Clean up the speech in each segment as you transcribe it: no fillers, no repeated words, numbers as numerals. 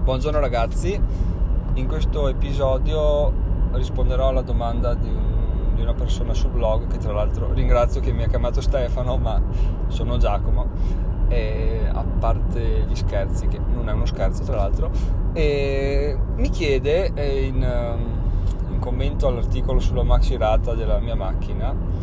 Buongiorno ragazzi, in questo episodio risponderò alla domanda di una persona sul blog, che tra l'altro ringrazio, che mi ha chiamato Stefano, ma sono Giacomo, e a parte gli scherzi, che non è uno scherzo tra l'altro, e mi chiede in commento all'articolo sulla maxi rata della mia macchina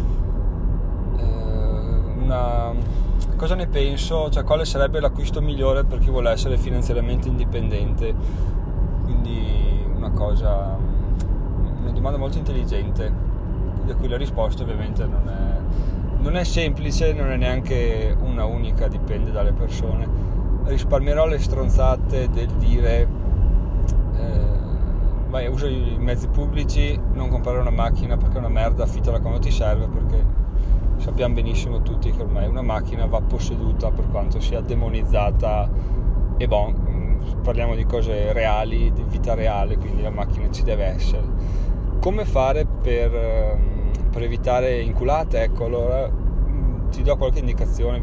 cosa ne penso, cioè quale sarebbe l'acquisto migliore per chi vuole essere finanziariamente indipendente. Quindi una domanda molto intelligente, da cui la risposta ovviamente non è semplice, non è neanche una unica, dipende dalle persone. Risparmierò le stronzate del dire usa i mezzi pubblici, non comprare una macchina perché è una merda, affittala quando ti serve, perché sappiamo benissimo tutti che ormai una macchina va posseduta, per quanto sia demonizzata, e parliamo di cose reali, di vita reale, quindi la macchina ci deve essere. Come fare per evitare inculate? Ecco, allora vi do qualche indicazione.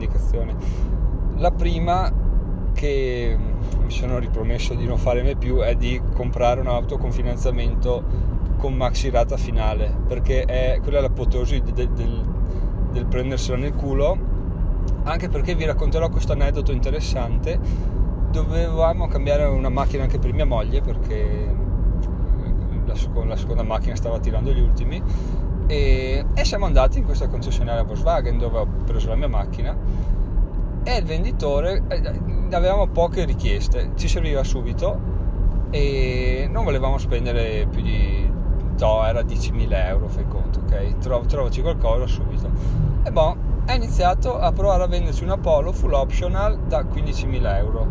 La prima, che mi sono ripromesso di non fare mai più, è di comprare un'auto con finanziamento con maxi rata finale, perché quella è l'apoteosi del prendersela nel culo. Anche perché vi racconterò questo aneddoto interessante. Dovevamo cambiare una macchina anche per mia moglie, perché la seconda macchina stava tirando gli ultimi, e siamo andati in questa concessionaria Volkswagen dove ho preso la mia macchina, e il venditore, avevamo poche richieste, ci serviva subito e non volevamo spendere più di era 10.000 euro, fai conto, ok? Trovaci qualcosa subito. E ha iniziato a provare a venderci una Polo full optional da 15.000 euro,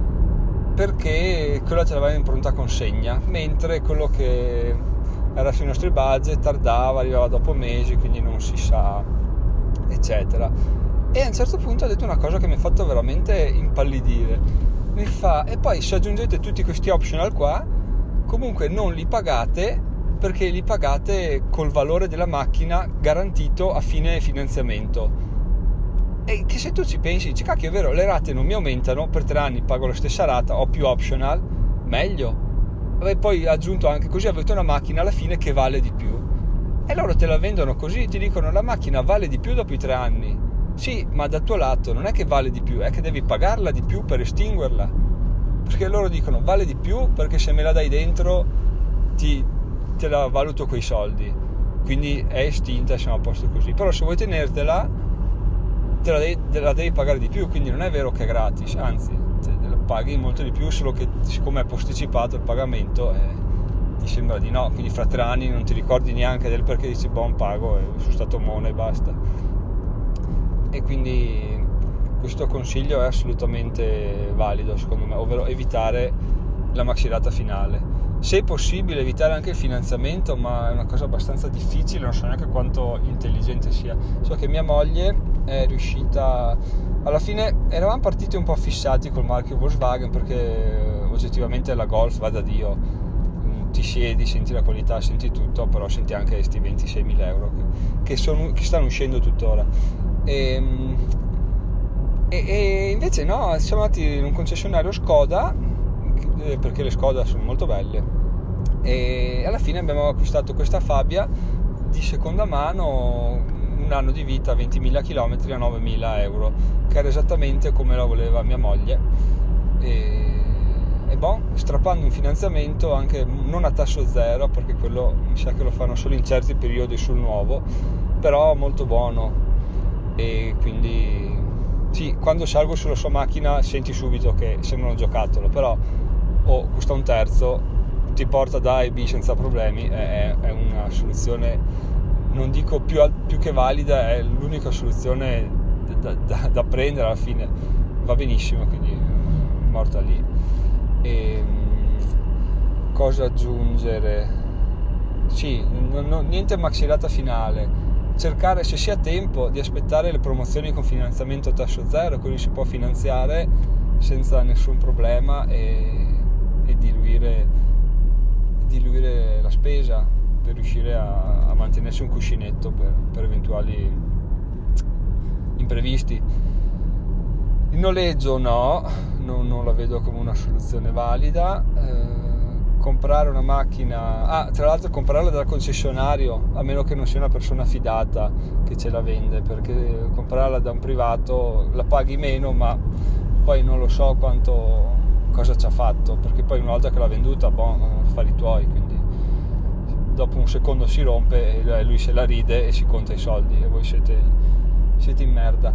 perché quella ce l'aveva in pronta consegna, mentre quello che era sui nostri budget tardava, arrivava dopo mesi, quindi non si sa, eccetera. E a un certo punto ha detto una cosa che mi ha fatto veramente impallidire. Mi fa: e poi se aggiungete tutti questi optional qua, comunque non li pagate, perché li pagate col valore della macchina garantito a fine finanziamento. E che se tu ci pensi, dici: cacchio, è vero, le rate non mi aumentano, per 3 anni pago la stessa rata, ho più optional, meglio. E poi aggiunto anche così, avete una macchina alla fine che vale di più. E loro te la vendono così, ti dicono: la macchina vale di più dopo i 3 anni. Sì, ma dal tuo lato non è che vale di più, è che devi pagarla di più per estinguerla, perché loro dicono vale di più perché se me la dai dentro te la valuto quei soldi, quindi è estinta e siamo a posto così. Però se vuoi tenertela, te la devi pagare di più, quindi non è vero che è gratis, anzi te la paghi molto di più, solo che siccome è posticipato il pagamento ti sembra di no, quindi fra 3 anni non ti ricordi neanche del perché, dici pago e sono stato mono e basta. E quindi questo consiglio è assolutamente valido secondo me, ovvero evitare la maxi rata finale. Se è possibile evitare anche il finanziamento, ma è una cosa abbastanza difficile, non so neanche quanto intelligente sia. So che mia moglie è riuscita, alla fine eravamo partiti un po' fissati col marchio Volkswagen, perché oggettivamente la Golf va da Dio, ti siedi, senti la qualità, senti tutto, però senti anche questi 26.000 euro che stanno uscendo tuttora. E invece no, siamo andati in un concessionario Skoda, perché le Skoda sono molto belle, e alla fine abbiamo acquistato questa Fabia di seconda mano, un anno di vita, 20.000 km a 9.000 euro, che era esattamente come la voleva mia moglie, strappando un finanziamento anche non a tasso zero, perché quello mi sa che lo fanno solo in certi periodi sul nuovo, però molto buono. E quindi sì, quando salgo sulla sua macchina senti subito che sembra un giocattolo, però costa un terzo, ti porta da A e B senza problemi, è una soluzione, non dico più che valida, è l'unica soluzione da prendere, alla fine va benissimo, quindi morta lì. E cosa aggiungere? Sì, niente maxi rata finale, cercare, se si ha tempo, di aspettare le promozioni con finanziamento a tasso zero, così si può finanziare senza nessun problema e diluire la spesa per riuscire a mantenersi un cuscinetto per eventuali imprevisti. Il noleggio non vedo come una soluzione valida. Comprare una macchina, tra l'altro comprarla dal concessionario, a meno che non sia una persona fidata che ce la vende, perché comprarla da un privato la paghi meno, ma poi non lo so cosa ci ha fatto, perché poi una volta che l'ha venduta, affari tuoi, quindi dopo un secondo si rompe e lui se la ride e si conta i soldi e voi siete in merda.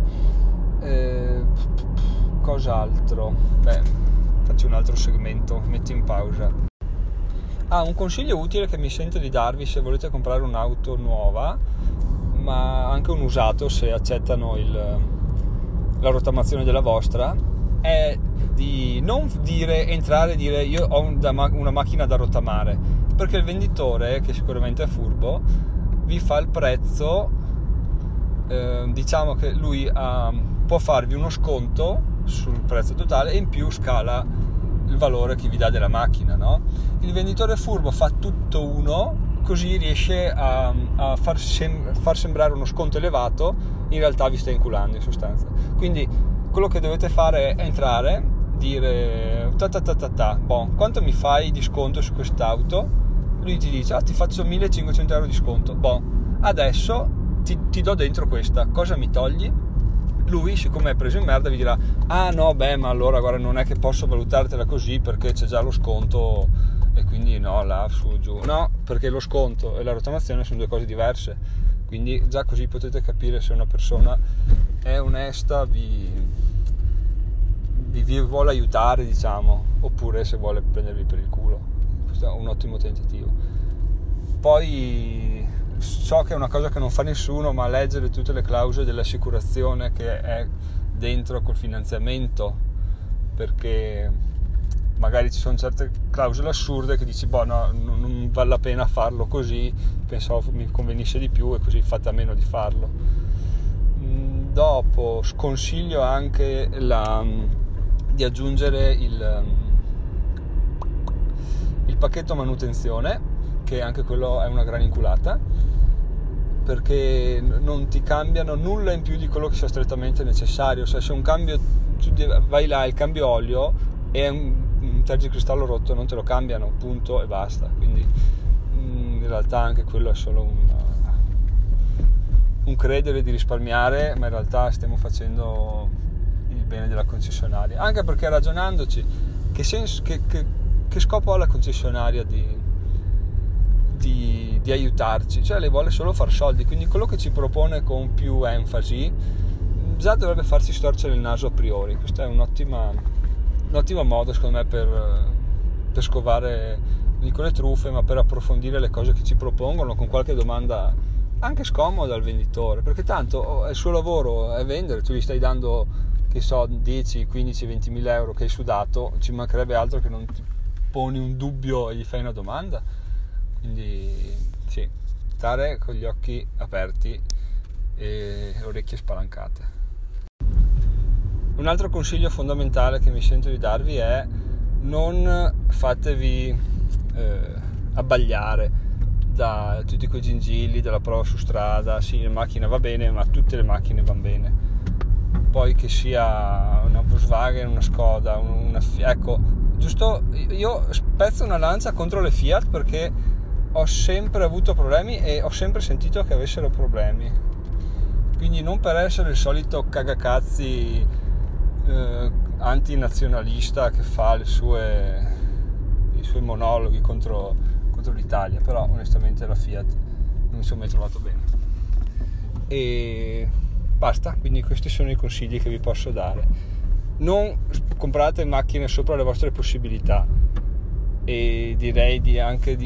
Cos'altro? Faccio un altro segmento, metti in pausa. Un consiglio utile che mi sento di darvi se volete comprare un'auto nuova, ma anche un usato se accettano la rottamazione della vostra, è di non entrare e dire io ho una macchina da rottamare, perché il venditore, che sicuramente è furbo, vi fa il prezzo, diciamo che lui può farvi uno sconto sul prezzo totale e in più scala il valore che vi dà della macchina, no? Il venditore furbo fa tutto uno, così riesce a far sembrare uno sconto elevato, in realtà vi sta inculando in sostanza. Quindi quello che dovete fare è entrare, dire quanto mi fai di sconto su quest'auto? Lui ti dice ti faccio 1.500 euro di sconto, adesso ti do dentro questa, cosa mi togli? Lui, siccome è preso in merda, vi dirà ma allora guarda, non è che posso valutartela così perché c'è già lo sconto e quindi là su giù, no, perché lo sconto e la rottamazione sono due cose diverse, quindi già così potete capire se una persona è onesta, vi vuole aiutare, diciamo, oppure se vuole prendervi per il culo. Questo è un ottimo tentativo. Poi so che è una cosa che non fa nessuno, ma leggere tutte le clausole dell'assicurazione che è dentro col finanziamento, perché magari ci sono certe clausole assurde che dici non vale la pena farlo così, pensavo mi convenisse di più e così fate a meno di farlo. Dopo sconsiglio anche di aggiungere il pacchetto manutenzione, che anche quello è una gran inculata, perché non ti cambiano nulla in più di quello che sia strettamente necessario. Se c'è un cambio, vai là, il cambio olio e un tergicristallo rotto non te lo cambiano, punto e basta. Quindi in realtà anche quello è solo un credere di risparmiare, ma in realtà stiamo facendo il bene della concessionaria, anche perché ragionandoci, che scopo ha la concessionaria di aiutarci? Cioè le vuole solo far soldi, quindi quello che ci propone con più enfasi già dovrebbe farci storcere il naso a priori. Questo è un ottimo modo secondo me per scovare dico le truffe, ma per approfondire le cose che ci propongono con qualche domanda anche scomoda al venditore, perché tanto il suo lavoro è vendere, tu gli stai dando 10, 15, 20.000 euro che hai sudato, ci mancherebbe altro che non ti poni un dubbio e gli fai una domanda. Quindi sì, stare con gli occhi aperti e orecchie spalancate. Un altro consiglio fondamentale che mi sento di darvi è non fatevi abbagliare da tutti quei gingilli della prova su strada. Sì, la macchina va bene, ma tutte le macchine vanno bene, poi che sia una Volkswagen, una Skoda, ecco, giusto, io spezzo una lancia contro le Fiat perché ho sempre avuto problemi e ho sempre sentito che avessero problemi, quindi non per essere il solito cagacazzi antinazionalista che fa i suoi monologhi contro l'Italia, però onestamente la Fiat non mi sono mai trovato bene e basta. Quindi questi sono i consigli che vi posso dare: non comprate macchine sopra le vostre possibilità, e direi anche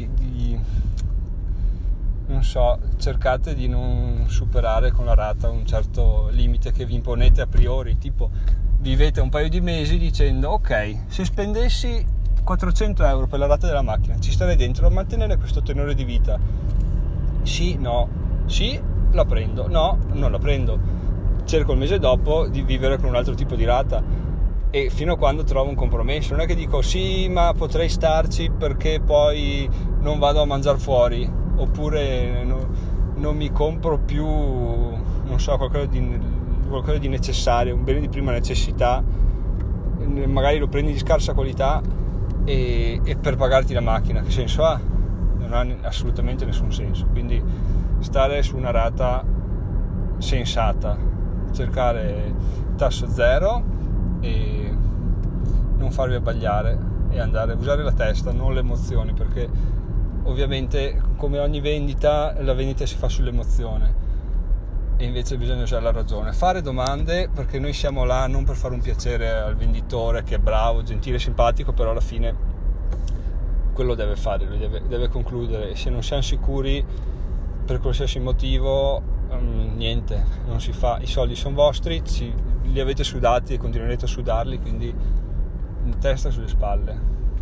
non so, cercate di non superare con la rata un certo limite che vi imponete a priori, tipo vivete un paio di mesi dicendo ok, se spendessi 400 euro per la rata della macchina ci starei dentro a mantenere questo tenore di vita, sì, no, sì, la prendo, no, non la prendo, cerco il mese dopo di vivere con un altro tipo di rata, e fino a quando trovo un compromesso. Non è che dico sì, ma potrei starci perché poi non vado a mangiare fuori, oppure non mi compro più, non so, qualcosa di necessario, un bene di prima necessità. magari lo prendi di scarsa qualità e per pagarti la macchina, che senso ha? Non ha assolutamente nessun senso. Quindi stare su una rata sensata, cercare tasso zero e non farvi abbagliare e andare a usare la testa, non le emozioni, perché ovviamente come ogni vendita, la vendita si fa sull'emozione e invece bisogna usare la ragione, fare domande, perché noi siamo là non per fare un piacere al venditore che è bravo, gentile, simpatico, però alla fine quello deve fare, lui deve concludere. Se non siamo sicuri per qualsiasi motivo, niente, non si fa. I soldi sono vostri, li avete sudati e continuerete a sudarli, quindi testa sulle spalle.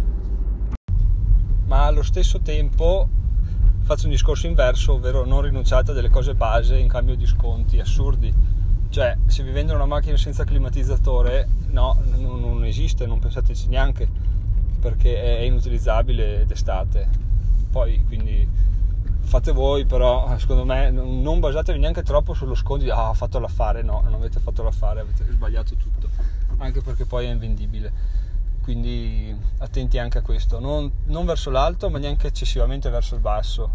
Ma allo stesso tempo faccio un discorso inverso, ovvero non rinunciate a delle cose base in cambio di sconti assurdi. Cioè, se vi vendono una macchina senza climatizzatore, no, non esiste, non pensateci neanche, perché è inutilizzabile d'estate. Poi quindi fate voi, però secondo me non basatevi neanche troppo sullo sconto. Ho fatto l'affare. No, non avete fatto l'affare, avete sbagliato tutto, anche perché poi è invendibile. Quindi attenti anche a questo, non verso l'alto ma neanche eccessivamente verso il basso.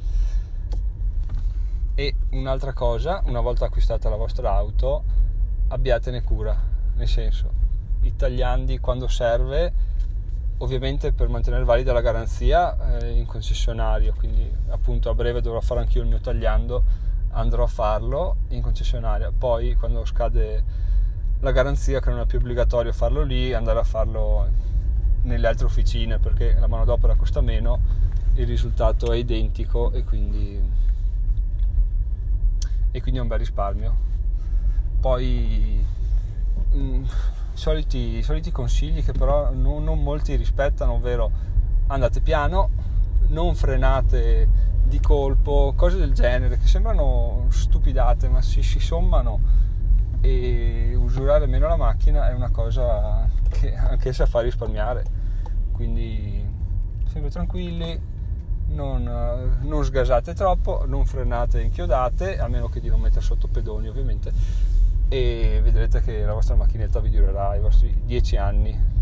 E un'altra cosa, una volta acquistata la vostra auto, abbiatene cura, nel senso, i tagliandi quando serve, ovviamente per mantenere valida la garanzia in concessionario, quindi appunto a breve dovrò fare anch'io il mio tagliando, andrò a farlo in concessionaria, poi quando scade la garanzia, che non è più obbligatorio farlo lì, andare a farlo nelle altre officine, perché la manodopera costa meno, il risultato è identico e quindi è un bel risparmio. Poi soliti consigli che però non molti rispettano, ovvero andate piano, non frenate di colpo, cose del genere che sembrano stupidate ma si sommano, e usurare meno la macchina è una cosa che anch'essa fa risparmiare. Quindi sempre tranquilli, non sgasate troppo, non frenate inchiodate, a meno che di non mettere sotto pedoni ovviamente, e vedrete che la vostra macchinetta vi durerà i vostri 10 anni